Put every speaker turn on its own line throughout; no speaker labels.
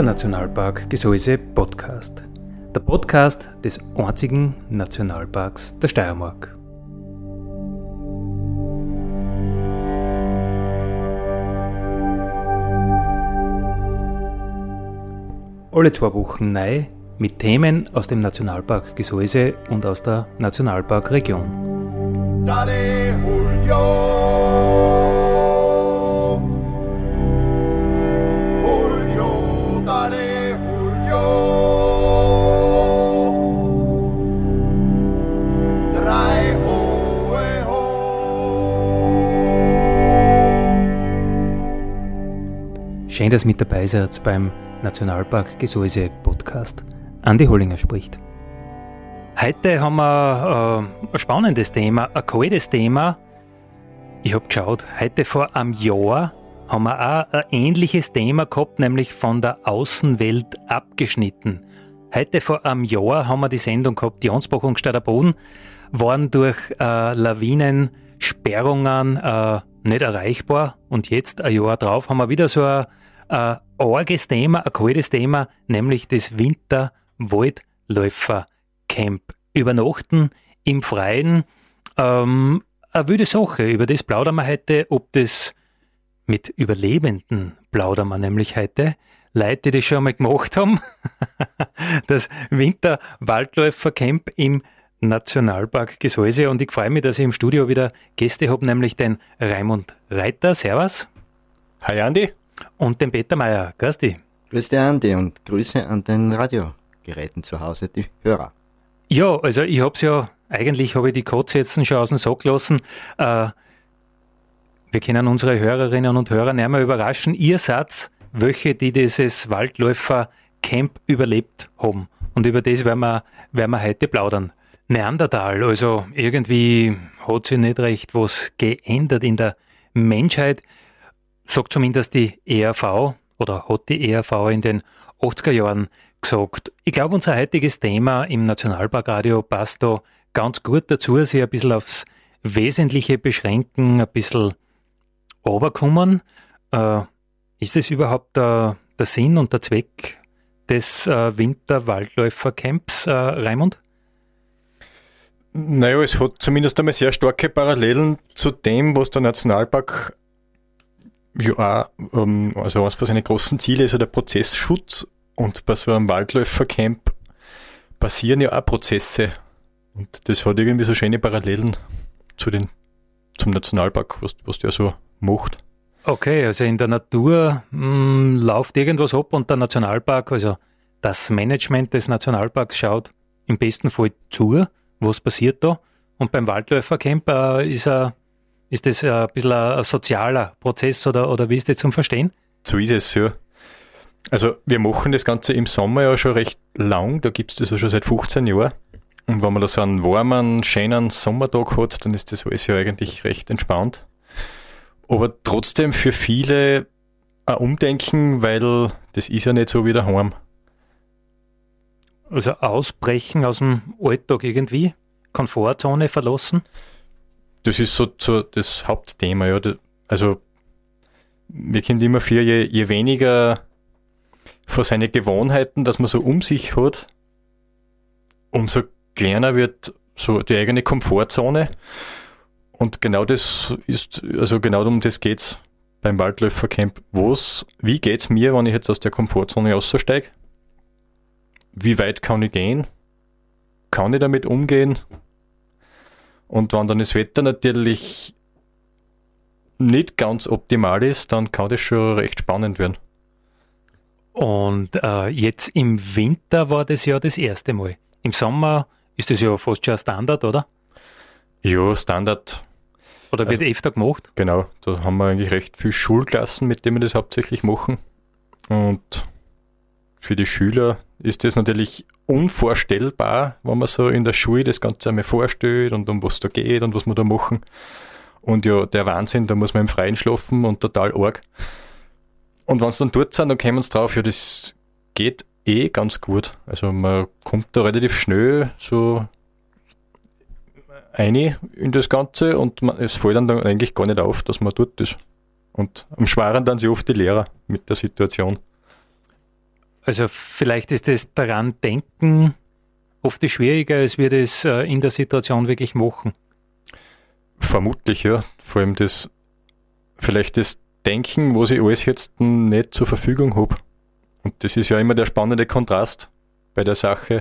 Nationalpark Gesäuse Podcast. Der Podcast des einzigen Nationalparks der Steiermark. Alle 2 Wochen neu mit Themen aus dem Nationalpark Gesäuse und aus der Nationalparkregion.
Dale Julio.
Schön, dass ihr mit dabei seid beim Nationalpark Gesäuse Podcast. Andi Hollinger spricht. Heute haben wir ein spannendes Thema, ein kaltes Thema. Ich habe geschaut, heute vor einem Jahr haben wir auch ein ähnliches Thema gehabt, nämlich von der Außenwelt abgeschnitten. Heute vor einem Jahr haben wir die Sendung gehabt, die Ansbach und Gstader Boden waren durch Lawinen, Sperrungen nicht erreichbar. Und jetzt, ein Jahr drauf, haben wir wieder so ein arges Thema, ein kaltes Thema, nämlich das Winterwaldläufer-Camp. Übernachten im Freien, eine wilde Sache, über das plaudern wir heute, ob das mit Überlebenden plaudern wir nämlich heute, Leute, die das schon einmal gemacht haben, das Winterwaldläufer-Camp im Nationalpark Gesäuse, und ich freue mich, dass ich im Studio wieder Gäste habe, nämlich den Raimund Reiter, servus.
Hi Andi.
Und den Peter Meier, grüß dich.
Grüß dich Andi und Grüße an den Radiogeräten zu Hause, die Hörer.
Ja, also ich habe die Katze jetzt schon aus dem Sack gelassen. Wir können unsere Hörerinnen und Hörer nicht mehr überraschen. Ihr seid welche, die dieses Waldläufer-Camp überlebt haben. Und über das werden wir heute plaudern. Neandertal, also irgendwie hat sich nicht recht was geändert in der Menschheit, sagt zumindest die ERV oder hat die ERV in den 80er Jahren gesagt. Ich glaube, unser heutiges Thema im Nationalparkradio passt da ganz gut dazu, sich ein bisschen aufs Wesentliche beschränken, ein bisschen runterkommen. Ist das überhaupt der Sinn und der Zweck des Winterwaldläufer-Camps, Raimund?
Naja, es hat zumindest einmal sehr starke Parallelen zu dem, was der Nationalpark ja auch, also eines von seinen großen Zielen ist ja der Prozessschutz, und bei so einem Waldläufercamp passieren ja auch Prozesse, und das hat irgendwie so schöne Parallelen zum Nationalpark, was der so macht.
Okay, also in der Natur läuft irgendwas ab und der Nationalpark, also das Management des Nationalparks schaut im besten Fall zu, was passiert da, und beim Waldläufercamp ist das ein bisschen ein sozialer Prozess, oder wie ist das zum Verstehen?
So ist es, ja. Also wir machen das Ganze im Sommer ja schon recht lang, da gibt es das ja schon seit 15 Jahren. Und wenn man da so einen warmen, schönen Sommertag hat, dann ist das alles ja eigentlich recht entspannt. Aber trotzdem für viele ein Umdenken, weil das ist ja nicht so wie daheim.
Also ausbrechen aus dem Alltag irgendwie, Komfortzone verlassen?
Das ist so das Hauptthema, ja. Also mir kommt immer vor, je weniger von seinen Gewohnheiten, dass man so um sich hat, umso kleiner wird so die eigene Komfortzone. Und genau das ist, also genau um das geht's beim Waldläufercamp. Wie geht's mir, wenn ich jetzt aus der Komfortzone aussteige? Wie weit kann ich gehen? Kann ich damit umgehen? Und wenn dann das Wetter natürlich nicht ganz optimal ist, dann kann das schon recht spannend werden.
Und jetzt im Winter war das ja das erste Mal. Im Sommer ist das ja fast schon ein Standard, oder?
Ja, Standard.
Oder wird öfter gemacht?
Genau, da haben wir eigentlich recht viele Schulklassen, mit denen wir das hauptsächlich machen. Und für die Schüler ist das natürlich unvorstellbar, wenn man so in der Schule das Ganze einmal vorstellt und um was da geht und was wir da machen. Und ja, der Wahnsinn, da muss man im Freien schlafen und total arg. Und wenn sie dann dort sind, dann kommen sie drauf, ja, das geht ganz gut. Also man kommt da relativ schnell so rein in das Ganze, und es fällt dann eigentlich gar nicht auf, dass man dort ist. Und am Schweren dann sie oft die Lehrer mit der Situation.
Also vielleicht ist das daran denken oft schwieriger, als wir das in der Situation wirklich machen.
Vermutlich, ja. Vor allem vielleicht das Denken, was ich alles jetzt nicht zur Verfügung habe. Und das ist ja immer der spannende Kontrast bei der Sache,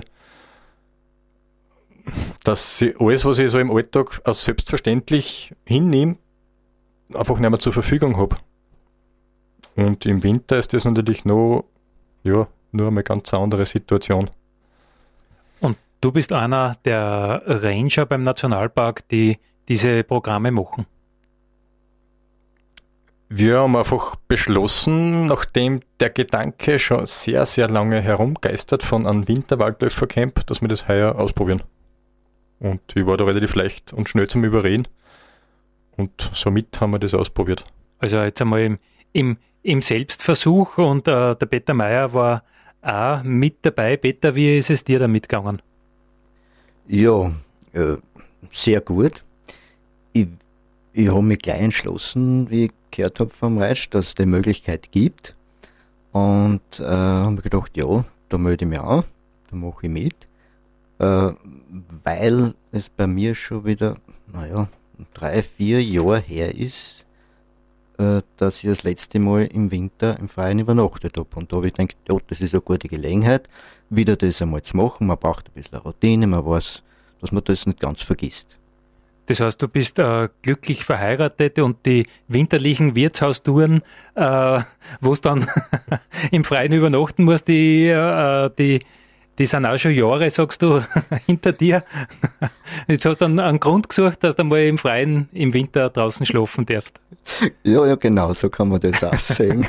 dass sie alles, was ich so im Alltag als selbstverständlich hinnehme, einfach nicht mehr zur Verfügung habe. Und im Winter ist das natürlich nur eine ganz andere Situation.
Und du bist einer der Ranger beim Nationalpark, die diese Programme machen.
Wir haben einfach beschlossen, nachdem der Gedanke schon sehr, sehr lange herumgeistert von einem Winterwaldläufercamp, dass wir das heuer ausprobieren. Und ich war da relativ leicht und schnell zum Überreden. Und somit haben wir das ausprobiert.
Also jetzt einmal im Selbstversuch und der Peter Mayer war auch mit dabei. Peter, wie ist es dir da mitgegangen?
Ja, sehr gut. Ich habe mich gleich entschlossen, wie ich gehört habe vom Reitsch, dass es die Möglichkeit gibt. Und habe mir gedacht, ja, da melde ich mich an, da mache ich mit. Weil es bei mir schon wieder, 3-4 Jahre her ist, dass ich das letzte Mal im Winter im Freien übernachtet habe. Und da habe ich gedacht, ja, das ist eine gute Gelegenheit, wieder das einmal zu machen. Man braucht ein bisschen Routine, man weiß, dass man das nicht ganz vergisst.
Das heißt, du bist glücklich verheiratet und die winterlichen Wirtshaustouren, wo es dann im Freien übernachten musst, die sind auch schon Jahre, sagst du, hinter dir. Jetzt hast du einen Grund gesucht, dass du mal im Freien im Winter draußen schlafen darfst.
Ja, genau, so kann man das auch sehen.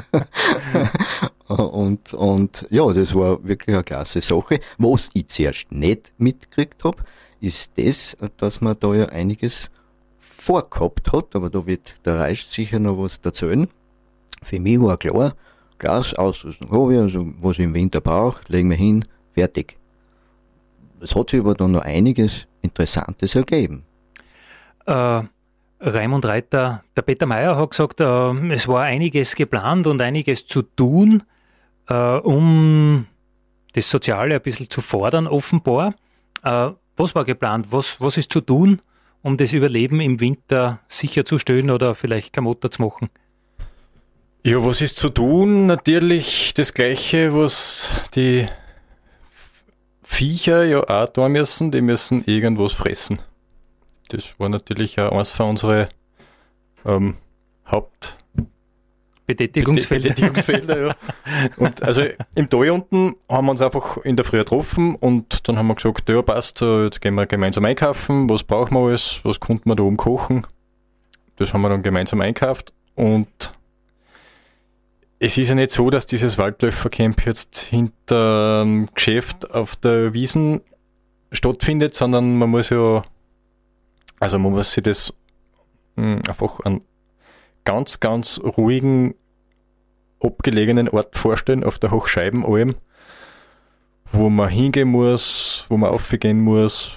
und ja, das war wirklich eine klasse Sache. Was ich zuerst nicht mitgekriegt habe, ist das, dass man da ja einiges vorgehabt hat, aber da wird der Reich sicher noch was erzählen. Für mich war klar, Glas, Ausrüstung habe ich, also was ich im Winter brauche, legen wir hin, fertig. Es hat sich aber dann noch einiges Interessantes ergeben.
Raimund Reiter, der Peter Mayer hat gesagt, es war einiges geplant und einiges zu tun, um das Soziale ein bisschen zu fordern, offenbar. Was war geplant? Was ist zu tun, um das Überleben im Winter sicherzustellen oder vielleicht kamotter zu machen?
Ja, was ist zu tun? Natürlich das Gleiche, was die Viecher ja auch tun müssen. Die müssen irgendwas fressen. Das war natürlich auch eines von unseren Betätigungsfelder, ja. Und also im Tal unten haben wir uns einfach in der Früh getroffen und dann haben wir gesagt, ja passt, jetzt gehen wir gemeinsam einkaufen, was brauchen wir alles, was konnten wir da oben kochen. Das haben wir dann gemeinsam einkauft und es ist ja nicht so, dass dieses Waldläufercamp jetzt hinter dem Geschäft auf der Wiesn stattfindet, sondern man muss sich das einfach an ganz, ganz ruhigen, abgelegenen Ort vorstellen, auf der Hochscheibenalm, wo man hingehen muss, wo man aufgehen muss,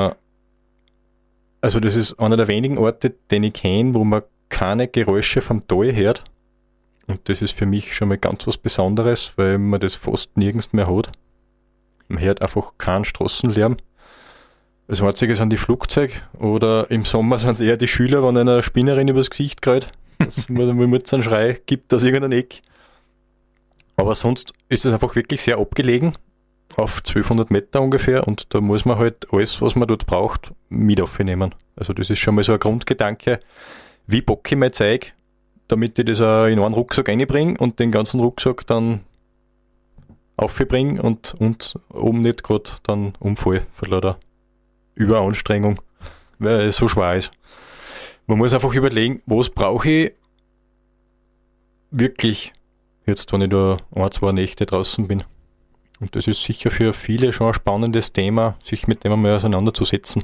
also das ist einer der wenigen Orte, den ich kenne, wo man keine Geräusche vom Tal hört. Und das ist für mich schon mal ganz was Besonderes, weil man das fast nirgends mehr hat. Man hört einfach keinen Straßenlärm. Das Einzige sind die Flugzeuge oder im Sommer sind es eher die Schüler, wenn einer Spinnerin übers Gesicht krallt, dass es mal mit so einen Schrei gibt aus irgendeinem Eck. Aber sonst ist es einfach wirklich sehr abgelegen, auf 1200 Meter ungefähr, und da muss man halt alles, was man dort braucht, mit aufnehmen. Also das ist schon mal so ein Grundgedanke, wie packe ich mein Zeug, damit ich das auch in einen Rucksack reinbringe und den ganzen Rucksack dann aufbringe und oben nicht gerade dann umfall von lauter Überanstrengung, weil es so schwer ist. Man muss einfach überlegen, was brauche ich wirklich jetzt, wenn ich da 1-2 Nächte draußen bin. Und das ist sicher für viele schon ein spannendes Thema, sich mit dem einmal auseinanderzusetzen.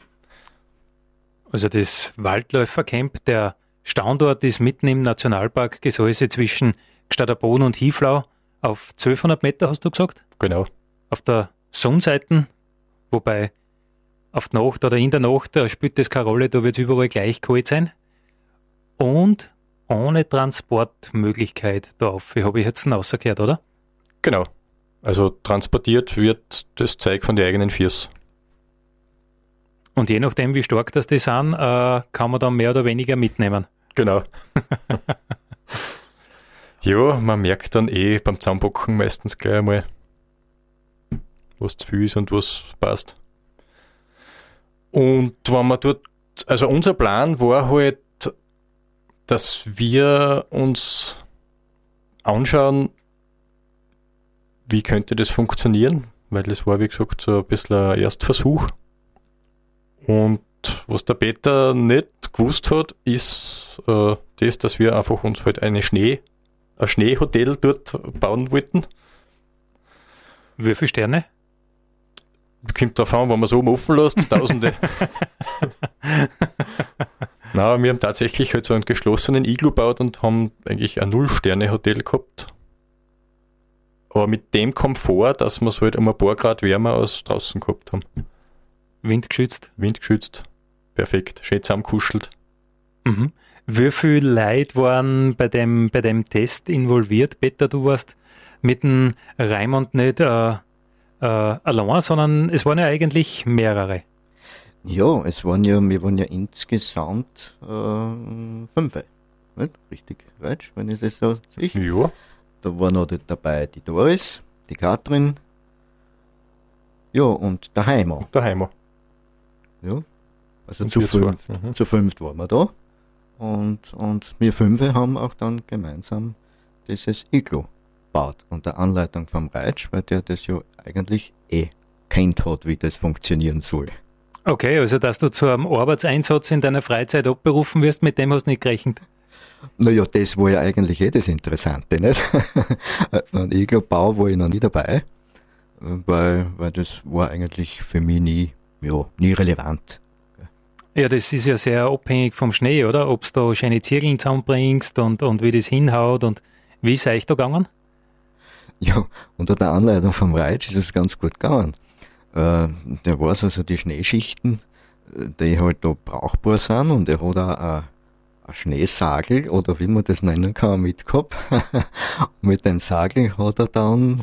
Also das Waldläufercamp, der Standort ist mitten im Nationalpark Gesäuse zwischen Gstaad-Aubonne und Hieflau auf 1200 Meter, hast du gesagt?
Genau.
Auf der Sonnenseite, wobei auf der Nacht oder in der Nacht spielt das keine Rolle, da wird es überall gleich kalt sein. Und ohne Transportmöglichkeit darauf, habe ich jetzt rausgehört, oder?
Genau. Also transportiert wird das Zeug von den eigenen Füßen.
Und je nachdem, wie stark das die sind, kann man dann mehr oder weniger mitnehmen.
Genau. Ja, man merkt dann beim Zusammenpacken meistens gleich einmal, was zu viel ist und was passt. Und wenn man dort, also unser Plan war halt, dass wir uns anschauen, wie könnte das funktionieren, weil das war, wie gesagt, so ein bisschen ein Erstversuch. Und was der Peter nicht gewusst hat, ist das, dass wir einfach uns halt ein Schneehotel dort bauen wollten.
Wie viele Sterne?
Kommt drauf an, wenn man es oben offen lässt, Tausende. Nein, wir haben tatsächlich halt so einen geschlossenen Iglu gebaut und haben eigentlich ein 0-Sterne-Hotel gehabt. Aber mit dem Komfort, dass wir es halt um ein paar Grad wärmer als draußen gehabt haben.
Windgeschützt.
Windgeschützt. Perfekt. Schön zusammenkuschelt.
Mhm. Wie viele Leute waren bei dem Test involviert? Peter, du warst mit dem Raimund nicht allein, sondern es waren ja eigentlich mehrere.
Ja, wir waren ja insgesamt 5. Nicht? Richtig, falsch, wenn ich das so sehe.
Ja.
Da war noch dabei die Doris, die Katrin, ja, und der Heimer.
Daheim.
Ja, also
Und
zu
wir zwei.
5.
Mhm.
Zu 5 waren wir da. Und wir 5 haben auch dann gemeinsam dieses Iglu gebaut. Unter Anleitung vom Reitsch, weil der das ja eigentlich kennt hat, wie das funktionieren soll.
Okay, also dass du zu einem Arbeitseinsatz in deiner Freizeit abberufen wirst, mit dem hast du nicht gerechnet.
Naja, das war ja eigentlich das Interessante, nicht? Ein Iglu-Bau war ich noch nie dabei, weil das war eigentlich für mich nie relevant.
Ja, das ist ja sehr abhängig vom Schnee, oder? Ob du da schöne Zirkeln zusammenbringst und wie das hinhaut und wie ist es euch da gegangen?
Ja, unter der Anleitung vom Reitsch ist es ganz gut gegangen. Der weiß also die Schneeschichten, die halt da brauchbar sind, und er hat auch ein Schneesagel, oder wie man das nennen kann, mitgehabt. Mit dem Sagel hat er dann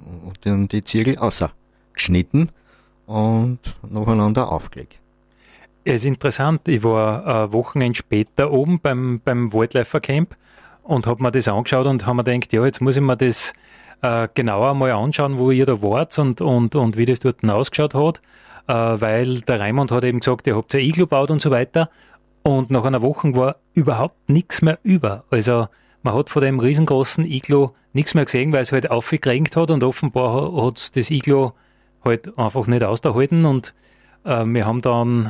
die Zirkel geschnitten und nacheinander aufgelegt.
Ja, ist interessant. Ich war ein Wochenende später oben beim Waldläufercamp und habe mir das angeschaut und habe mir gedacht, ja, jetzt muss ich mir das genauer mal anschauen, wo ihr da wart und wie das dort ausgeschaut hat, weil der Raimund hat eben gesagt, ihr habt ein Iglu gebaut und so weiter, und nach einer Woche war überhaupt nichts mehr über. Also man hat von dem riesengroßen Iglu nichts mehr gesehen, weil es halt aufgekränkt hat, und offenbar hat das Iglu halt einfach nicht ausgehalten, und wir haben dann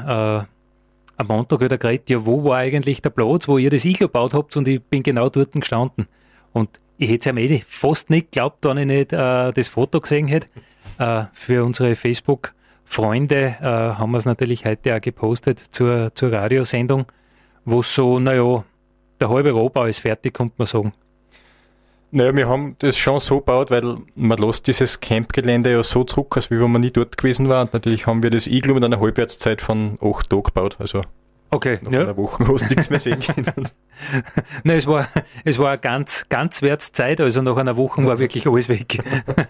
am Montag wieder geredet, ja, wo war eigentlich der Platz, wo ihr das Iglu gebaut habt, und ich bin genau dort gestanden. Und ich hätte es ihm fast nicht geglaubt, wenn ich nicht das Foto gesehen hätte. Für unsere Facebook-Freunde haben wir es natürlich heute auch gepostet zur Radiosendung, wo so, der halbe Rohbau ist fertig, könnte man sagen.
Naja, wir haben das schon so gebaut, weil man lässt dieses Campgelände ja so zurück, als wie wenn man nie dort gewesen war. Und natürlich haben wir das Iglu mit einer Halbwertszeit von 8 Tagen gebaut. Also
Okay,
nach einer Woche hast du nichts mehr sehen können.
Nein, es war eine ganz Wertszeit, also nach einer Woche war wirklich alles weg.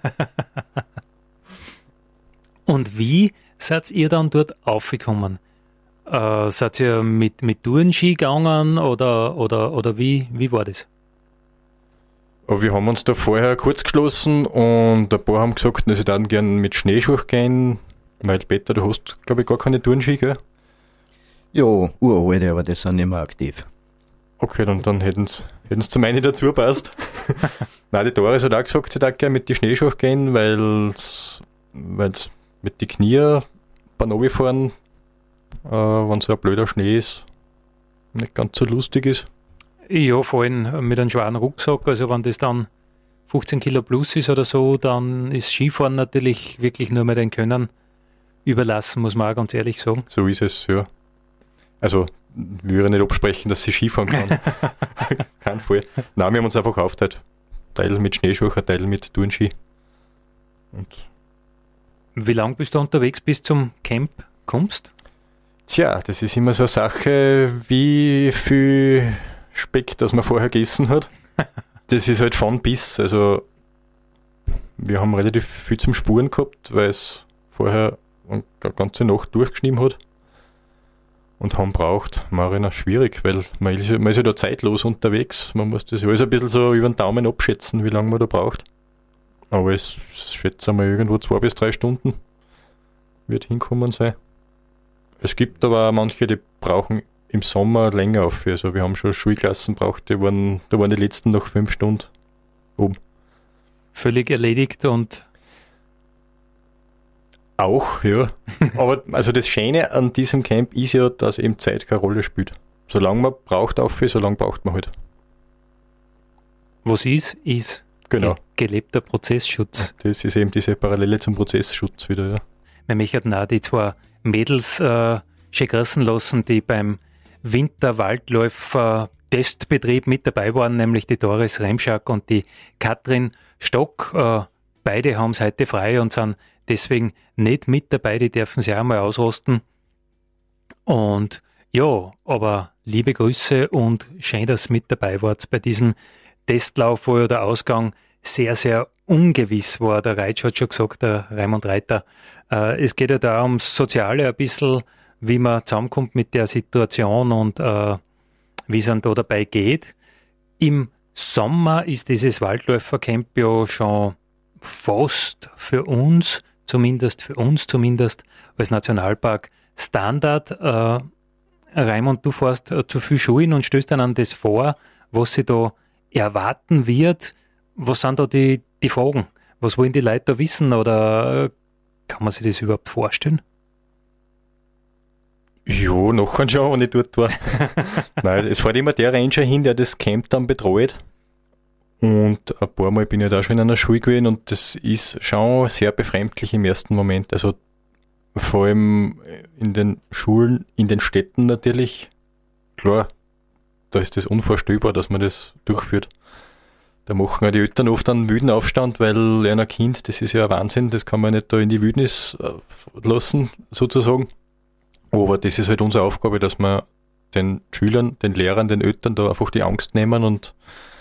Und wie seid ihr dann dort aufgekommen? Seid ihr mit Tourenski gegangen oder wie war das?
Aber wir haben uns da vorher kurz geschlossen und ein paar haben gesagt, dass sie dann gerne mit Schneeschuh gehen, weil Peter, du hast, glaube ich, gar keine Tourenski, gell?
Ja, uralte, aber die sind nicht mehr aktiv.
Okay, dann hätten sie zum einen dazu passt. Nein, die Doris hat auch gesagt, sie darf gerne mit den Schneeschuhen gehen, weil es mit den Knie beim Runterfahren, wenn so ein blöder Schnee ist, nicht ganz so lustig ist.
Ja, vor allem mit einem schweren Rucksack, also wenn das dann 15 Kilo plus ist oder so, dann ist Skifahren natürlich wirklich nur mehr den Können überlassen, muss man auch ganz ehrlich sagen.
So ist es, ja. Also, ich würde nicht absprechen, dass sie Skifahren kann. Kein Fall. Nein, wir haben uns einfach aufgeteilt. Teil mit Schneeschuhe, ein Teil mit Tourenski. Und
Wie lange bist du unterwegs bis zum Camp kommst?
tja, das ist immer so eine Sache, wie viel Speck, das man vorher gegessen hat. Das ist halt von bis. Also, wir haben relativ viel zum Spuren gehabt, weil es vorher eine ganze Nacht durchgeschrieben hat. Und haben braucht, Marina, schwierig, weil man ist ja da zeitlos unterwegs. Man muss das alles ein bisschen so über den Daumen abschätzen, wie lange man da braucht. Aber ich schätze mal irgendwo 2 bis 3 Stunden wird hinkommen sein. Es gibt aber auch manche, die brauchen im Sommer länger auf. Also wir haben schon Schulklassen braucht, da waren die letzten noch 5 Stunden oben.
Völlig erledigt und
auch, ja. Aber also das Schöne an diesem Camp ist ja, dass eben Zeit keine Rolle spielt. Solange man braucht solange braucht man halt.
Was ist
Genau.
Gelebter Prozessschutz.
Das ist eben diese Parallele zum Prozessschutz wieder, ja.
Wir möchten auch die 2 Mädels schön grüßen lassen, die beim Winterwaldläufer-Testbetrieb mit dabei waren, nämlich die Doris Remschak und die Katrin Stock. Beide haben es heute frei und sind deswegen nicht mit dabei, die dürfen sich auch mal ausrosten. Und ja, aber liebe Grüße und schön, dass ihr mit dabei wart bei diesem Testlauf, wo ja der Ausgang sehr, sehr ungewiss war. Der Reitsch hat schon gesagt, der Raimund Reiter. Es geht ja da ums Soziale ein bisschen, wie man zusammenkommt mit der Situation und wie es einem da dabei geht. Im Sommer ist dieses Waldläufercamp ja schon fast für uns zumindest als Nationalpark Standard. Raimund, du fährst zu viel Schulen und stößt dann an das vor, was sie da erwarten wird. Was sind da die Fragen? Was wollen die Leute da wissen oder kann man sich das überhaupt vorstellen?
Ja, nachher schon, wenn ich dort war. Nein, es fährt immer der Ranger hin, der das Camp dann betreut. Und ein paar Mal bin ich da schon in einer Schule gewesen und das ist schon sehr befremdlich im ersten Moment. Also vor allem in den Schulen, in den Städten natürlich, klar, da ist das unvorstellbar, dass man das durchführt. Da machen ja die Eltern oft einen wilden Aufstand, weil ein Kind, das ist ja ein Wahnsinn, das kann man nicht da in die Wildnis lassen, sozusagen. Aber das ist halt unsere Aufgabe, dass wir den Schülern, den Lehrern, den Eltern da einfach die Angst nehmen und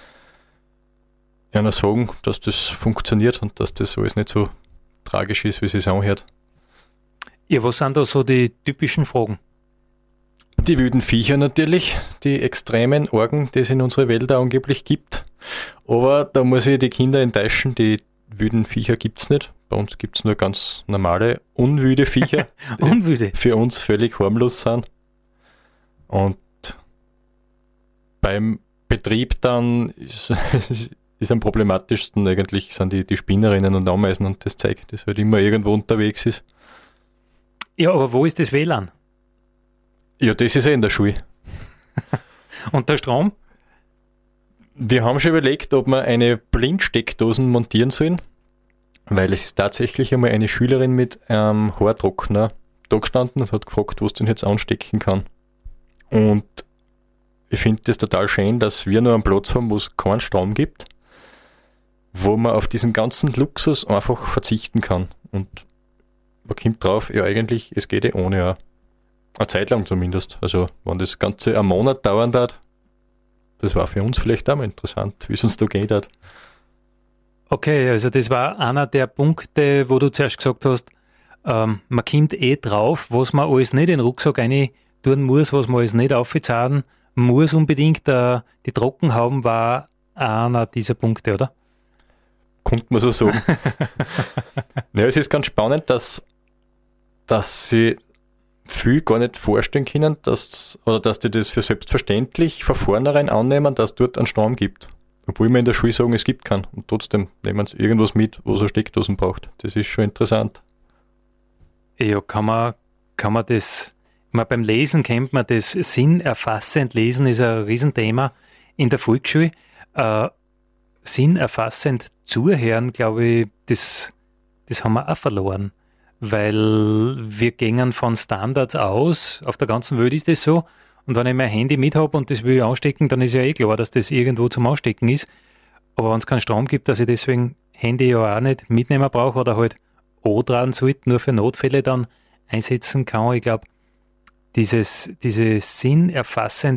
einer sagen, dass das funktioniert und dass das alles nicht so tragisch ist, wie es sich anhört.
Ja, was sind da so die typischen Fragen?
Die wilden Viecher natürlich, die extremen Orgen, die es in unsere Wälder angeblich gibt. Aber da muss ich die Kinder enttäuschen, die wilden Viecher gibt's nicht. Bei uns gibt's nur ganz normale, unwüde Viecher,
Unwüde.
die für uns völlig harmlos sind. Und beim Betrieb dann ist am problematischsten eigentlich sind die Spinnerinnen und Ameisen und das Zeug, das halt immer irgendwo unterwegs ist.
Ja, aber wo ist das WLAN?
Ja, das ist ja in der Schule.
Und der Strom?
Wir haben schon überlegt, ob wir eine Blindsteckdosen montieren sollen, weil es ist tatsächlich einmal eine Schülerin mit einem Haartrockner da gestanden und hat gefragt, was denn jetzt anstecken kann. Und ich finde das total schön, dass wir nur einen Platz haben, wo es keinen Strom gibt, wo man auf diesen ganzen Luxus einfach verzichten kann. Und man kommt drauf, ja eigentlich, es geht ohne auch. Eine Zeit lang zumindest. Also wenn das Ganze einen Monat dauern hat, das war für uns vielleicht auch mal interessant, wie es uns da geht hat.
Okay, also das war einer der Punkte, wo du zuerst gesagt hast, man kommt drauf, was man alles nicht in den Rucksack rein tun muss, was man alles nicht aufzahlen muss unbedingt. Die Trockenhauben war einer dieser Punkte, oder?
Könnte man so sagen. Ja, es ist ganz spannend, dass sie viel gar nicht vorstellen können, dass die das für selbstverständlich von vornherein annehmen, dass es dort einen Strom gibt. Obwohl wir in der Schule sagen, es gibt keinen. Und trotzdem nehmen sie irgendwas mit, wo es eine Steckdosen braucht. Das ist schon interessant.
Ja, kann man das, beim Lesen kennt man das, sinnerfassend lesen ist ein Riesenthema in der Volksschule. Sinnerfassend zuhören, glaube ich, das haben wir auch verloren. Weil wir gehen von Standards aus, auf der ganzen Welt ist das so, und wenn ich mein Handy mit habe und das will ich anstecken, dann ist ja eh klar, dass das irgendwo zum Anstecken ist. Aber wenn es keinen Strom gibt, dass ich deswegen Handy ja auch nicht mitnehmen brauche oder halt dran sollte, nur für Notfälle dann einsetzen kann. Ich glaube, dieses Sinnerfassen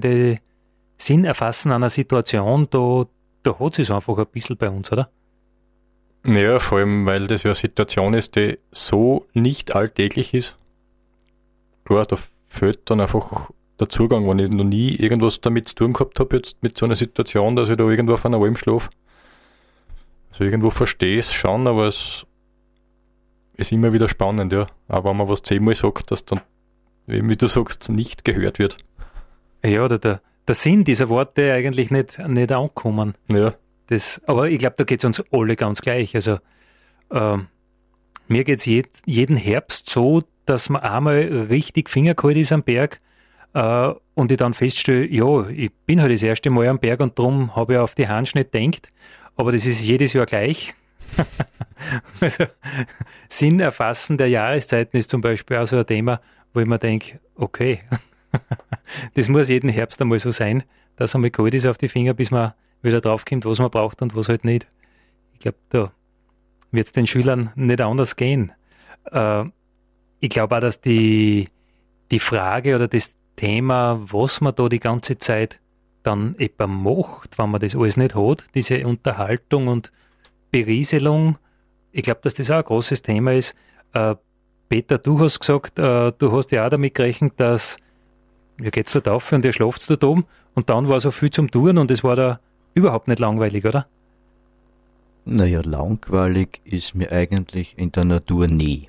einer Situation, da hat es einfach ein bisschen bei uns, oder?
Ja, vor allem, weil das ja eine Situation ist, die so nicht alltäglich ist. Klar, da fehlt dann einfach der Zugang, wenn ich noch nie irgendwas damit zu tun gehabt habe, jetzt mit so einer Situation, dass ich da irgendwo auf einer Alm schlafe. Also irgendwo verstehe ich es schon, aber es ist immer wieder spannend, ja. Auch wenn man was 10-mal sagt, dass dann, eben wie du sagst, nicht gehört wird.
Ja, oder der Sinn dieser Worte eigentlich nicht ankommen.
Ja.
Aber ich glaube, da geht es uns alle ganz gleich. Also mir geht es jeden Herbst so, dass man einmal richtig fingerkalt ist am Berg und ich dann feststelle, ja, ich bin halt das erste Mal am Berg und darum habe ich auf die Hansch nicht gedacht, aber das ist jedes Jahr gleich. Also Sinn erfassen der Jahreszeiten ist zum Beispiel auch so ein Thema, wo ich mir denke, okay, das muss jeden Herbst einmal so sein, dass einmal kalt ist auf die Finger, bis man wieder draufkommt, was man braucht und was halt nicht. Ich glaube, da wird es den Schülern nicht anders gehen. Ich glaube auch, dass die Frage oder das Thema, was man da die ganze Zeit dann etwa macht, wenn man das alles nicht hat, diese Unterhaltung und Berieselung, ich glaube, dass das auch ein großes Thema ist. Peter, du hast gesagt, du hast ja auch damit gerechnet, dass ihr geht's dort auf und ihr schlaft dort oben und dann war so viel zum Tun und es war da überhaupt nicht langweilig, oder?
Naja, langweilig ist mir eigentlich in der Natur nie.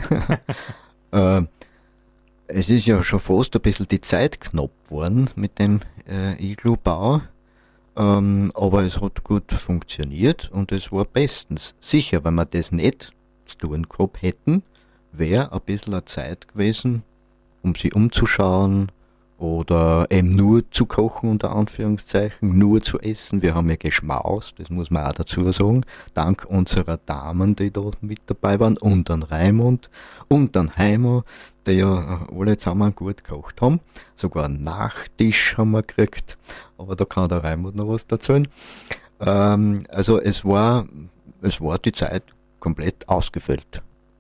Es ist ja schon fast ein bisschen die Zeit knapp geworden mit dem Iglu-Bau, aber es hat gut funktioniert und es war bestens. Sicher, wenn wir das nicht zu tun gehabt hätten, wäre ein bisschen eine Zeit gewesen, um sich umzuschauen oder eben nur zu kochen, unter Anführungszeichen, nur zu essen. Wir haben ja geschmaust, das muss man auch dazu sagen, dank unserer Damen, die da mit dabei waren, und an Raimund und an Heimo, die ja alle zusammen gut gekocht haben. Sogar einen Nachtisch haben wir gekriegt, aber da kann der Raimund noch was erzählen. Also es war die Zeit komplett ausgefüllt.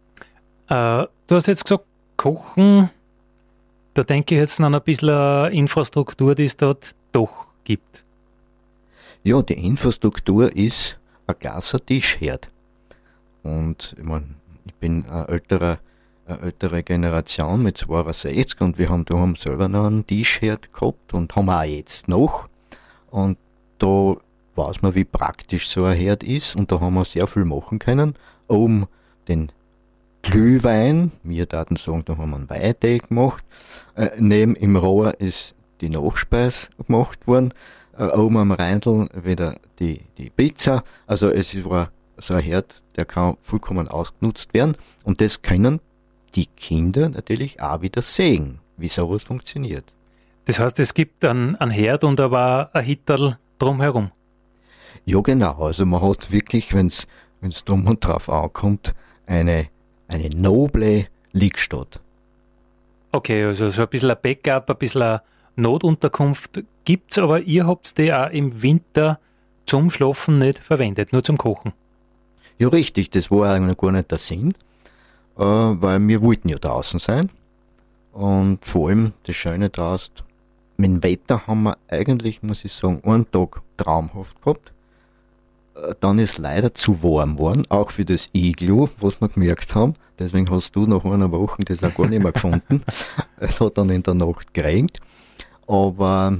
Du hast jetzt gesagt, Kochen, da denke ich jetzt an ein bisschen Infrastruktur, die es dort doch gibt.
Ja, die Infrastruktur ist ein klasse Tischherd. Und ich meine, ich bin eine ältere Generation mit 62 und wir haben daheim selber noch einen Tischherd gehabt und haben auch jetzt noch. Und da weiß man, wie praktisch so ein Herd ist und da haben wir sehr viel machen können, um den Glühwein, wir taten sagen, da haben wir einen Weintee gemacht. Neben im Rohr ist die Nachspeise gemacht worden. Oben am Reindl wieder die Pizza. Also es war so ein Herd, der kann vollkommen ausgenutzt werden. Und das können die Kinder natürlich auch wieder sehen, wie sowas funktioniert.
Das heißt, es gibt einen Herd und aber ein Hitterl drumherum.
Ja, genau. Also man hat wirklich, wenn es drum und drauf ankommt, eine noble Liegstatt.
Okay, also so ein bisschen ein Backup, ein bisschen eine Notunterkunft gibt's, aber ihr habt die auch im Winter zum Schlafen nicht verwendet, nur zum Kochen.
Ja, richtig, das war eigentlich gar nicht der Sinn, weil wir wollten ja draußen sein und vor allem das Schöne draußen, mit dem Wetter haben wir eigentlich, muss ich sagen, einen Tag traumhaft gehabt. Dann ist leider zu warm geworden, auch für das Iglu, was wir gemerkt haben. Deswegen hast du nach einer Woche das auch gar nicht mehr gefunden. Es hat dann in der Nacht geregnet. Aber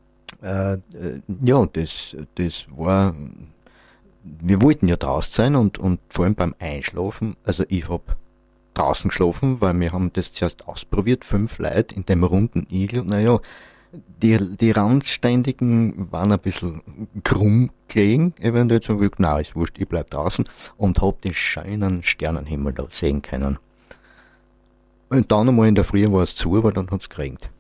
ja, das war, wir wollten ja draußen sein und vor allem beim Einschlafen, also ich habe draußen geschlafen, weil wir haben das zuerst ausprobiert, 5 Leute in dem runden Iglu. Naja, die Randständigen waren ein bisschen krumm gelegen, eventuell so wie, nein, ist wurscht, ich bleib draußen und hab den schönen Sternenhimmel da sehen können. Und dann einmal in der Früh war es zu, aber dann hat's geregnet.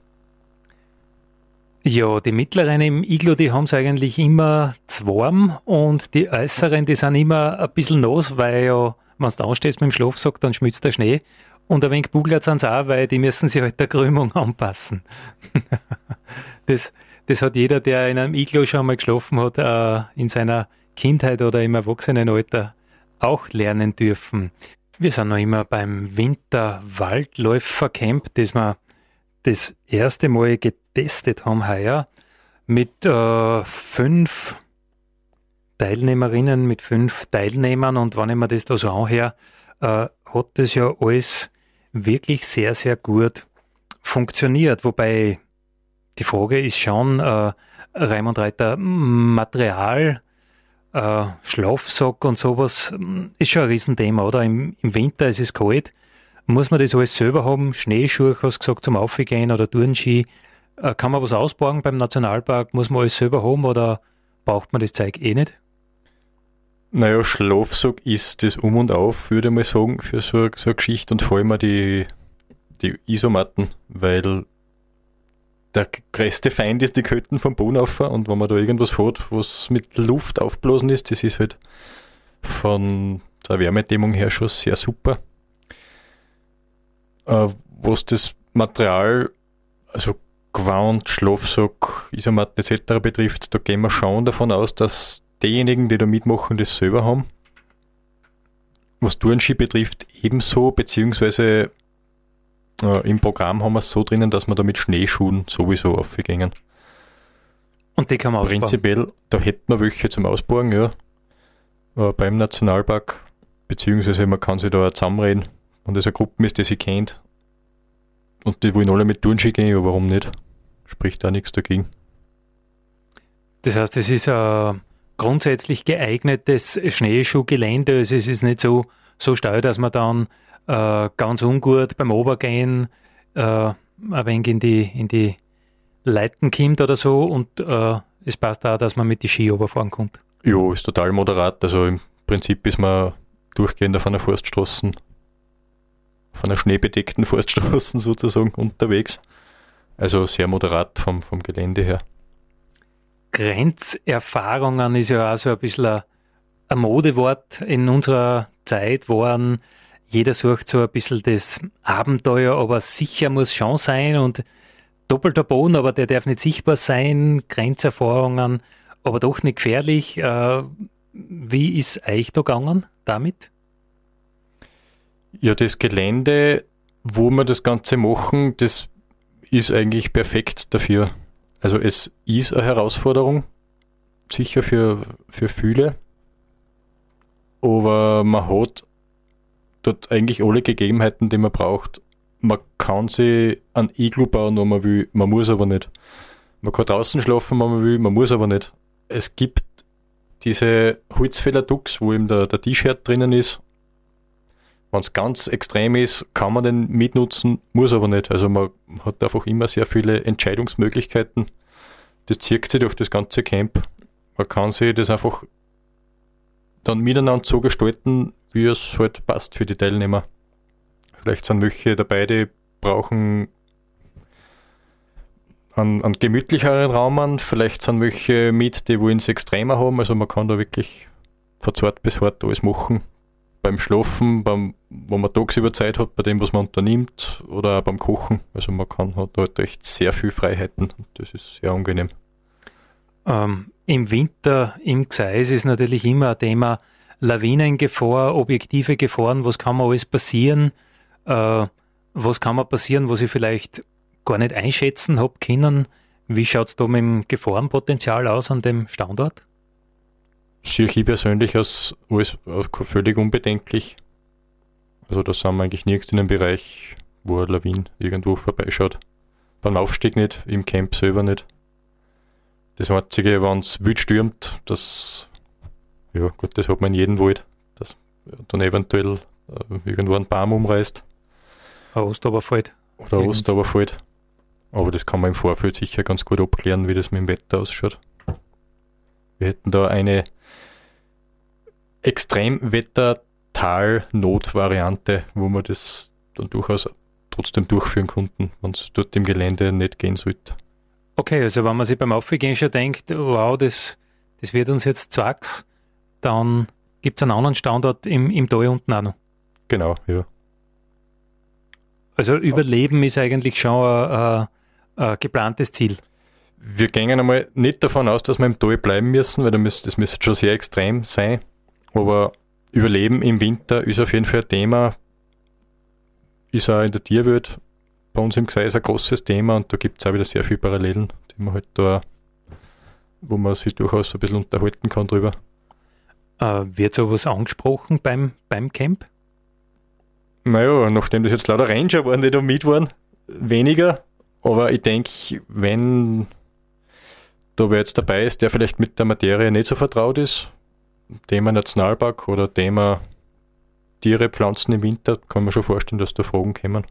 Ja, die mittleren im Iglu, die haben es eigentlich immer zu warm und die äußeren, die sind immer ein bisschen nass, weil ja, wenn du anstehst mit dem Schlafsack, dann schmilzt der Schnee. Und ein wenig bugelt sind sie auch, weil die müssen sich halt der Krümmung anpassen. Das hat jeder, der in einem Iglu schon mal geschlafen hat, in seiner Kindheit oder im Erwachsenenalter auch lernen dürfen. Wir sind noch immer beim Winter-Waldläufer-Camp, das wir das erste Mal getestet haben heuer mit 5 Teilnehmerinnen, mit 5 Teilnehmern, und wenn ich mir das da so anhöre, hat das ja alles wirklich sehr, sehr gut funktioniert. Wobei die Frage ist schon, Raimund Reiter, Material, Schlafsack und sowas ist schon ein Riesenthema, oder? Im Winter ist es kalt. Muss man das alles selber haben? Schneeschuhe, hast du gesagt, zum Aufgehen oder Turnski? Kann man was ausborgen beim Nationalpark? Muss man alles selber haben oder braucht man das Zeug eh nicht?
Naja, Schlafsack ist das Um und Auf, würde ich mal sagen, für so eine Geschichte, und vor allem auch die Isomatten, weil der größte Feind ist die Kälte vom Boden auf, und wenn man da irgendwas hat, was mit Luft aufblasen ist, das ist halt von der Wärmedämmung her schon sehr super. Was das Material, also Gewand, Schlafsack, Isomatten etc. betrifft, da gehen wir schon davon aus, dass diejenigen, die da mitmachen, das selber haben. Was Turnski betrifft, ebenso, beziehungsweise im Programm haben wir es so drinnen, dass wir da mit Schneeschuhen sowieso aufgehen.
Und die kann man ausbauen?
Prinzipiell, da hätten wir welche zum Ausborgen, ja, beim Nationalpark, beziehungsweise man kann sich da auch zusammenreden, wenn das eine Gruppe ist, die sich kennt, und die wollen alle mit Turnski gehen, ja, warum nicht? Spricht da nichts dagegen.
Das heißt, es ist ein grundsätzlich geeignetes Schneeschuhgelände, also es ist nicht so steil, dass man dann ganz ungut beim Obergehen ein wenig in die Leiten kommt oder so, und es passt auch, dass man mit die Ski runterfahren kommt.
Ja, ist total moderat, also im Prinzip ist man durchgehend auf einer Forststraße, auf einer schneebedeckten Forststraße sozusagen unterwegs. Also sehr moderat vom Gelände her.
Grenzerfahrungen ist ja auch so ein bisschen ein Modewort in unserer Zeit geworden. Jeder sucht so ein bisschen das Abenteuer, aber sicher muss schon sein, und doppelter Boden, aber der darf nicht sichtbar sein. Grenzerfahrungen, aber doch nicht gefährlich. Wie ist euch da gegangen damit?
Ja, das Gelände, wo wir das Ganze machen, das ist eigentlich perfekt dafür. Also es ist eine Herausforderung, sicher für viele, aber man hat dort eigentlich alle Gegebenheiten, die man braucht. Man kann sich ein Iglu bauen, wenn man will, man muss aber nicht. Man kann draußen schlafen, wenn man will, man muss aber nicht. Es gibt diese Holzfäller-Ducks, wo eben der T-Shirt drinnen ist. Wenn es ganz extrem ist, kann man den mitnutzen, muss aber nicht. Also man hat einfach immer sehr viele Entscheidungsmöglichkeiten. Das zieht sich durch das ganze Camp. Man kann sich das einfach dann miteinander so gestalten, wie es halt passt für die Teilnehmer. Vielleicht sind welche dabei, die brauchen einen gemütlicheren Raum, vielleicht sind welche mit, die wollen es extremer haben. Also man kann da wirklich von zart bis hart alles machen. Beim Schlafen, wo man tagsüber Zeit hat, bei dem, was man unternimmt, oder auch beim Kochen. Also man hat halt echt sehr viel Freiheiten. Das ist sehr angenehm.
Im Winter im Gseis ist natürlich immer ein Thema Lawinengefahr, objektive Gefahren. Was kann man alles passieren? Was kann man passieren, was ich vielleicht gar nicht einschätzen habe können? Wie schaut es da mit dem Gefahrenpotenzial aus an dem Standort?
Sehe ich persönlich als alles völlig unbedenklich. Also da sind wir eigentlich nirgends in einem Bereich, wo eine Lawine irgendwo vorbeischaut. Beim Aufstieg nicht, im Camp selber nicht. Das Einzige, wenn es wild stürmt, das hat man in jedem Wald, dass dann eventuell irgendwo ein Baum umreißt.
Ein Ostoberfeld.
Oder ein Ostoberfeld. Aber das kann man im Vorfeld sicher ganz gut abklären, wie das mit dem Wetter ausschaut. Wir hätten da eine Extremwetter-Tal-Not-Variante, wo wir das dann durchaus trotzdem durchführen konnten, wenn es dort im Gelände nicht gehen sollte.
Okay, also wenn man sich beim Aufgehen schon denkt, wow, das wird uns jetzt zwacks, dann gibt es einen anderen Standort im Tal unten auch noch.
Genau, ja.
Also Überleben ist eigentlich schon ein geplantes Ziel.
Wir gehen einmal nicht davon aus, dass wir im Tal bleiben müssen, weil das müsste schon sehr extrem sein. Aber Überleben im Winter ist auf jeden Fall ein Thema, ist auch in der Tierwelt bei uns im Gseis ein großes Thema, und da gibt es auch wieder sehr viele Parallelen, die man halt da, wo man sich durchaus ein bisschen unterhalten kann drüber.
Wird sowas angesprochen beim Camp?
Naja, nachdem das jetzt lauter Ranger waren, die da mit waren, weniger. Aber ich denke, wenn da wer jetzt dabei ist, der vielleicht mit der Materie nicht so vertraut ist, Thema Nationalpark oder Thema Tiere, Pflanzen im Winter, kann man schon vorstellen, dass da Fragen kommen.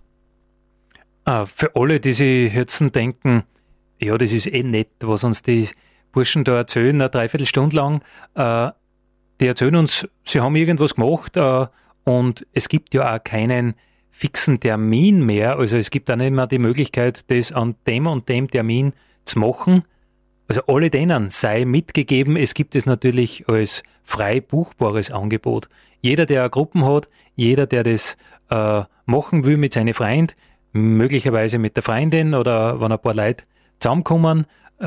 Für alle, die sich jetzt denken, ja, das ist eh nett, was uns die Burschen da erzählen, eine Dreiviertelstunde lang, die erzählen uns, sie haben irgendwas gemacht und es gibt ja auch keinen fixen Termin mehr, also es gibt auch nicht mehr die Möglichkeit, das an dem und dem Termin zu machen. Also alle denen sei mitgegeben, es gibt es natürlich als frei buchbares Angebot. Jeder, der eine Gruppe hat, jeder, der das machen will mit seinen Freunden, möglicherweise mit der Freundin oder wenn ein paar Leute zusammenkommen,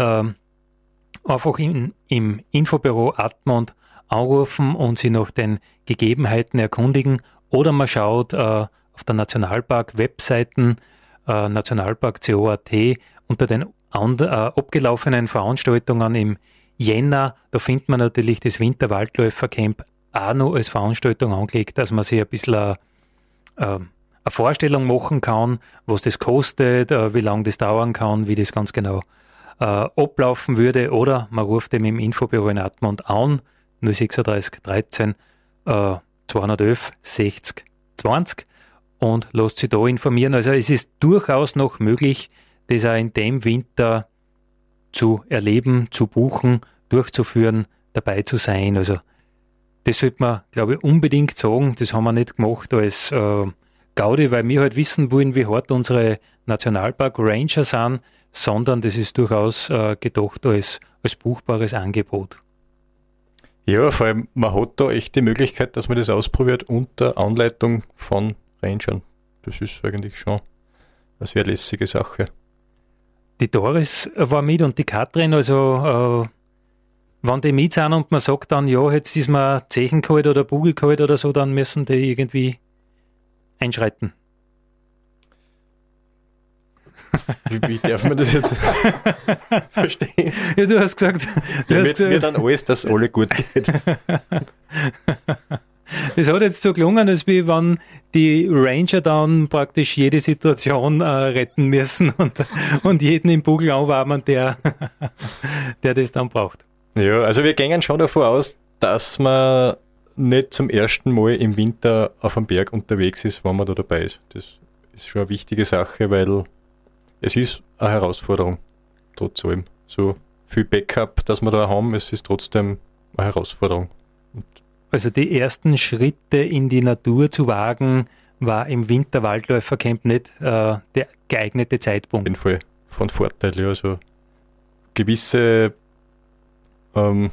einfach im Infobüro Admont anrufen und sie nach den Gegebenheiten erkundigen oder man schaut auf der Nationalpark-Webseiten nationalpark.co.at unter den abgelaufenen Veranstaltungen im Jänner, da findet man natürlich das Winterwaldläufercamp auch noch als Veranstaltung angelegt, dass man sich ein bisschen eine Vorstellung machen kann, was das kostet, wie lange das dauern kann, wie das ganz genau ablaufen würde, oder man ruft dem im Infobüro in Admont an, 036 13 211 60 20 und lasst sich da informieren. Also es ist durchaus noch möglich, das auch in dem Winter zu erleben, zu buchen, durchzuführen, dabei zu sein. Also das sollte man, glaube ich, unbedingt sagen. Das haben wir nicht gemacht als Gaudi, weil wir halt wissen wollen, wie hart unsere Nationalpark-Ranger sind, sondern das ist durchaus gedacht als buchbares Angebot.
Ja, vor allem, man hat da echt die Möglichkeit, dass man das ausprobiert unter Anleitung von Rangern. Das ist eigentlich schon eine sehr lässige Sache.
Die Doris war mit und die Katrin, also wenn die mit sind und man sagt dann, ja, jetzt ist mir Zechen geholt oder Bugel geholt oder so, dann müssen die irgendwie einschreiten.
Wie darf man das jetzt verstehen?
Ja, du hast gesagt...
mir dann alles, dass alle gut geht.
Das hat jetzt so gelungen, als wie wenn die Ranger dann praktisch jede Situation retten müssen und jeden im Bugel anwärmen, der das dann braucht.
Ja, also wir gehen schon davon aus, dass man nicht zum ersten Mal im Winter auf dem Berg unterwegs ist, wenn man da dabei ist. Das ist schon eine wichtige Sache, weil es ist eine Herausforderung, trotz allem. So viel Backup, das wir da haben, es ist trotzdem eine Herausforderung.
Also die ersten Schritte in die Natur zu wagen, war im Winterwaldläufercamp nicht der geeignete Zeitpunkt.
Auf jeden Fall von Vorteil, ja. Also gewisse ein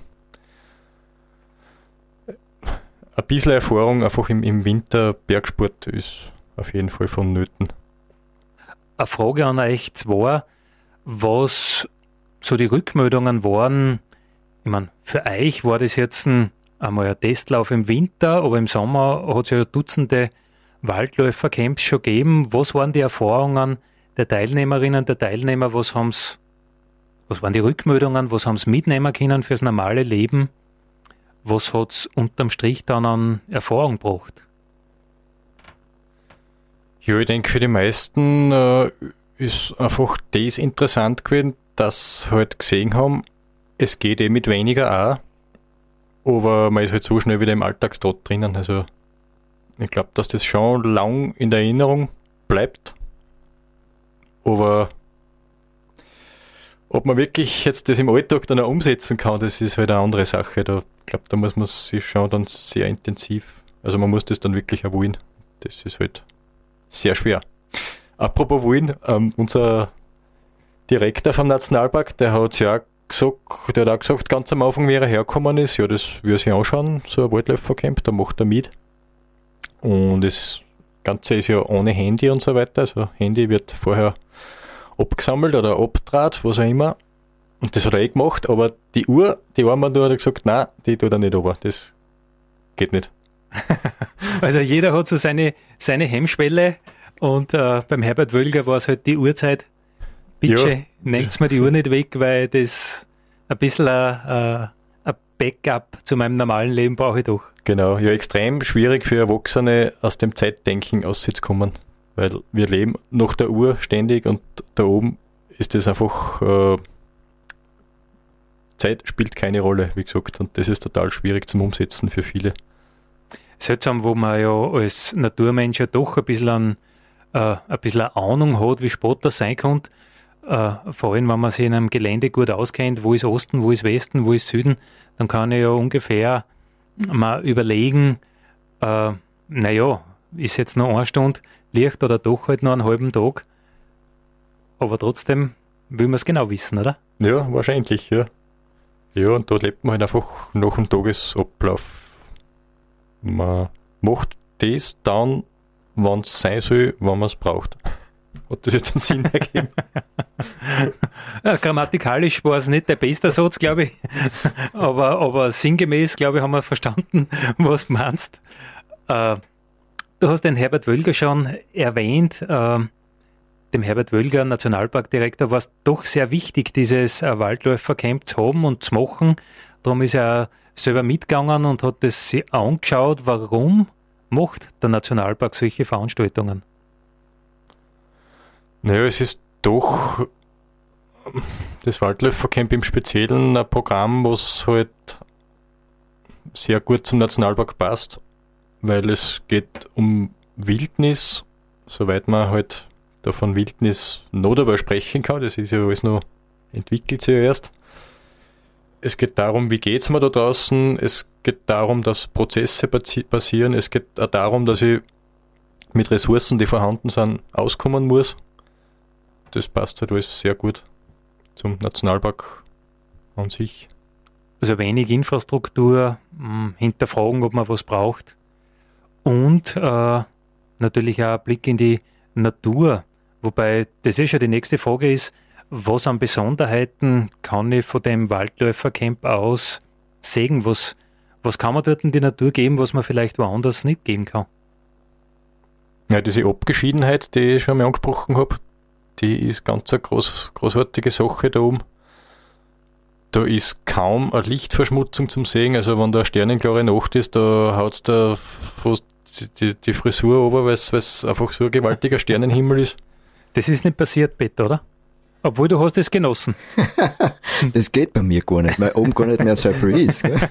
bisschen Erfahrung einfach im Winter Bergsport ist auf jeden Fall vonnöten.
Eine Frage an euch zwei, was so die Rückmeldungen waren. Ich meine, für euch war das jetzt einmal ein Testlauf im Winter, aber im Sommer hat es ja Dutzende Waldläufercamps schon gegeben. Was waren die Erfahrungen der Teilnehmerinnen, der Teilnehmer? Was waren die Rückmeldungen? Was haben sie mitnehmen können fürs normale Leben? Was hat es unterm Strich dann an Erfahrung gebracht?
Ja, ich denke, für die meisten ist einfach das interessant gewesen, dass sie halt gesehen haben, es geht mit weniger auch, aber man ist halt so schnell wieder im Alltagstrott drinnen. Also ich glaube, dass das schon lang in der Erinnerung bleibt, aber ob man wirklich jetzt das im Alltag dann auch umsetzen kann, das ist halt eine andere Sache. Ich glaube, da muss man sich schon dann sehr intensiv, also man muss das dann wirklich auch wollen. Das ist halt sehr schwer. Apropos wollen, unser Direktor vom Nationalpark, der hat auch gesagt, ganz am Anfang, wie er hergekommen ist, ja, das will er sich anschauen, so ein Waldläufercamp, da macht er mit. Und das Ganze ist ja ohne Handy und so weiter, also Handy wird vorher abgesammelt oder abgedraht, was auch immer. Und das hat er gemacht, aber die Uhr, die Armband, da hat er gesagt, nein, die tut er nicht runter, das geht nicht.
Also jeder hat so seine Hemmschwelle und beim Herbert Wölger war es halt die Uhrzeit. Bitte, nehmt mir die Uhr nicht weg, weil das ein bisschen ein Backup zu meinem normalen Leben brauche ich doch.
Genau, ja, extrem schwierig für Erwachsene aus dem Zeitdenken auszukommen, weil wir leben nach der Uhr ständig und da oben ist das einfach, Zeit spielt keine Rolle, wie gesagt, und das ist total schwierig zum Umsetzen für viele.
Seltsam, wo man ja als Naturmensch ja doch ein bisschen eine Ahnung hat, wie spät das sein kann. Vor allem, wenn man sich in einem Gelände gut auskennt, wo ist Osten, wo ist Westen, wo ist Süden, dann kann ich ja ungefähr mal überlegen, ist jetzt noch 1 Stunde Licht oder doch halt noch einen halben Tag. Aber trotzdem will man es genau wissen, oder?
Ja, wahrscheinlich, ja. Ja, und da lebt man halt einfach nach dem Tagesablauf. Man macht das dann, wann es sein soll, wann man es braucht. Hat das jetzt einen Sinn ergeben?
Grammatikalisch war es nicht der beste Satz, glaube ich. aber sinngemäß, glaube ich, haben wir verstanden, was du meinst. Du hast den Herbert Wölger schon erwähnt. Dem Herbert Wölger, Nationalparkdirektor, war es doch sehr wichtig, dieses Waldläufercamp zu haben und zu machen. Darum ist er selber mitgegangen und hat das sich angeschaut, warum macht der Nationalpark solche Veranstaltungen?
Naja, es ist doch das Waldläufercamp im Speziellen ein Programm, was halt sehr gut zum Nationalpark passt, weil es geht um Wildnis, soweit man halt davon Wildnis noch dabei sprechen kann, das ist ja alles noch, entwickelt sich ja erst. Es geht darum, wie geht es mir da draußen, es geht darum, dass Prozesse passieren, es geht auch darum, dass ich mit Ressourcen, die vorhanden sind, auskommen muss. Das passt halt alles sehr gut zum Nationalpark an sich.
Also wenig Infrastruktur, hinterfragen, ob man was braucht und natürlich auch ein Blick in die Natur, wobei das schon die nächste Frage ist, was an Besonderheiten kann ich von dem Waldläufercamp aus sehen? Was kann man dort in die Natur geben, was man vielleicht woanders nicht geben kann?
Ja, diese Abgeschiedenheit, die ich schon mal angesprochen habe, die ist ganz eine großartige Sache da oben. Da ist kaum eine Lichtverschmutzung zum Sehen, also wenn da eine sternenklare Nacht ist, da haut es da fast die Frisur runter, weil es einfach so ein gewaltiger Sternenhimmel ist.
Das ist nicht passiert, Peter, oder? Obwohl du hast es genossen.
Das geht bei mir gar nicht, weil oben gar nicht mehr so viel ist. Gell?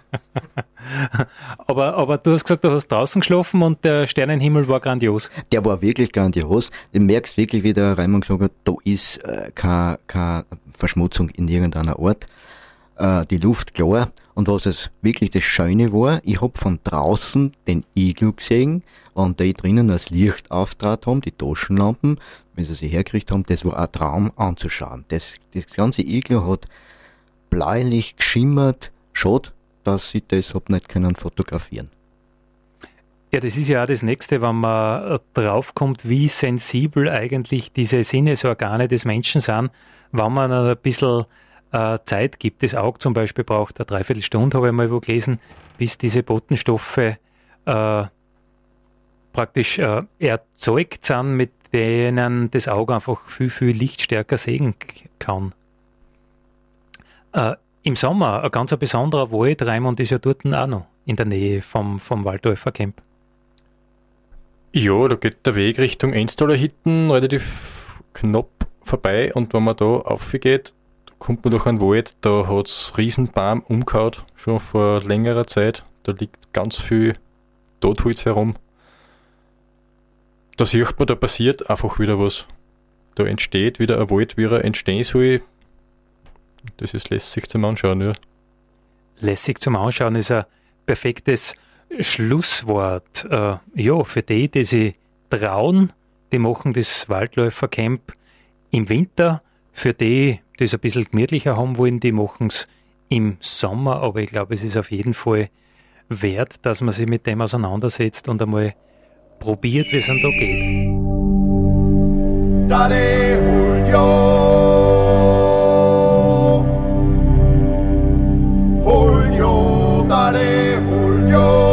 Aber du hast gesagt, du hast draußen geschlafen und der Sternenhimmel war grandios.
Der war wirklich grandios. Du merkst wirklich, wie der Raimund gesagt hat, da ist keine Verschmutzung in irgendeiner Art. Die Luft klar. Und was es wirklich das Schöne war, ich hab von draußen den Iglu gesehen und die drinnen das Licht auftrat haben, die Taschenlampen, wenn sie sich hergekriegt haben, das war ein Traum anzuschauen. Das ganze Iglu hat bläulich geschimmert. Schade, dass ich das hab nicht können fotografieren.
Ja, das ist ja auch das Nächste, wenn man draufkommt, wie sensibel eigentlich diese Sinnesorgane des Menschen sind, wenn man ein bisschen Zeit gibt. Das Auge zum Beispiel braucht eine Dreiviertelstunde, habe ich mal wo gelesen, bis diese Botenstoffe praktisch erzeugt sind, mit denen das Auge einfach viel, viel lichtstärker sehen kann. Im Sommer ein ganz besonderer Wald, Raimund, ist ja dort auch noch in der Nähe vom Waldläufercamp.
Ja, da geht der Weg Richtung Enstaler Hütten relativ knapp vorbei und wenn man da raufgeht, kommt man durch einen Wald, da hat es Riesenbaum umgehauen, schon vor längerer Zeit. Da liegt ganz viel Totholz herum. Da sieht man, da passiert einfach wieder was. Da entsteht wieder ein Wald, wie er entstehen soll. Das ist lässig zum Anschauen, ja.
Lässig zum Anschauen ist ein perfektes Schlusswort. Ja, für die sich trauen, die machen das Waldläufercamp im Winter. Für die es ein bisschen gemütlicher haben wollen, die machen es im Sommer. Aber ich glaube, es ist auf jeden Fall wert, dass man sich mit dem auseinandersetzt und einmal probiert, wie es dann da geht.
Dale Julio, Julio, dale Julio,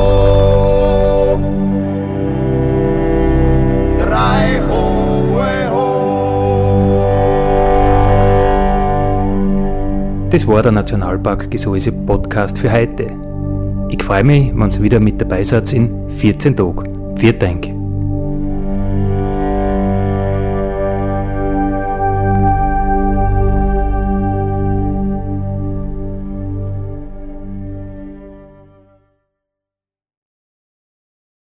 drei hohe ho.
Das war der Nationalpark Gesäuse Podcast für heute. Ich freue mich, wenn ihr wieder mit dabei seid in 14 Tagen. Vielen Dank.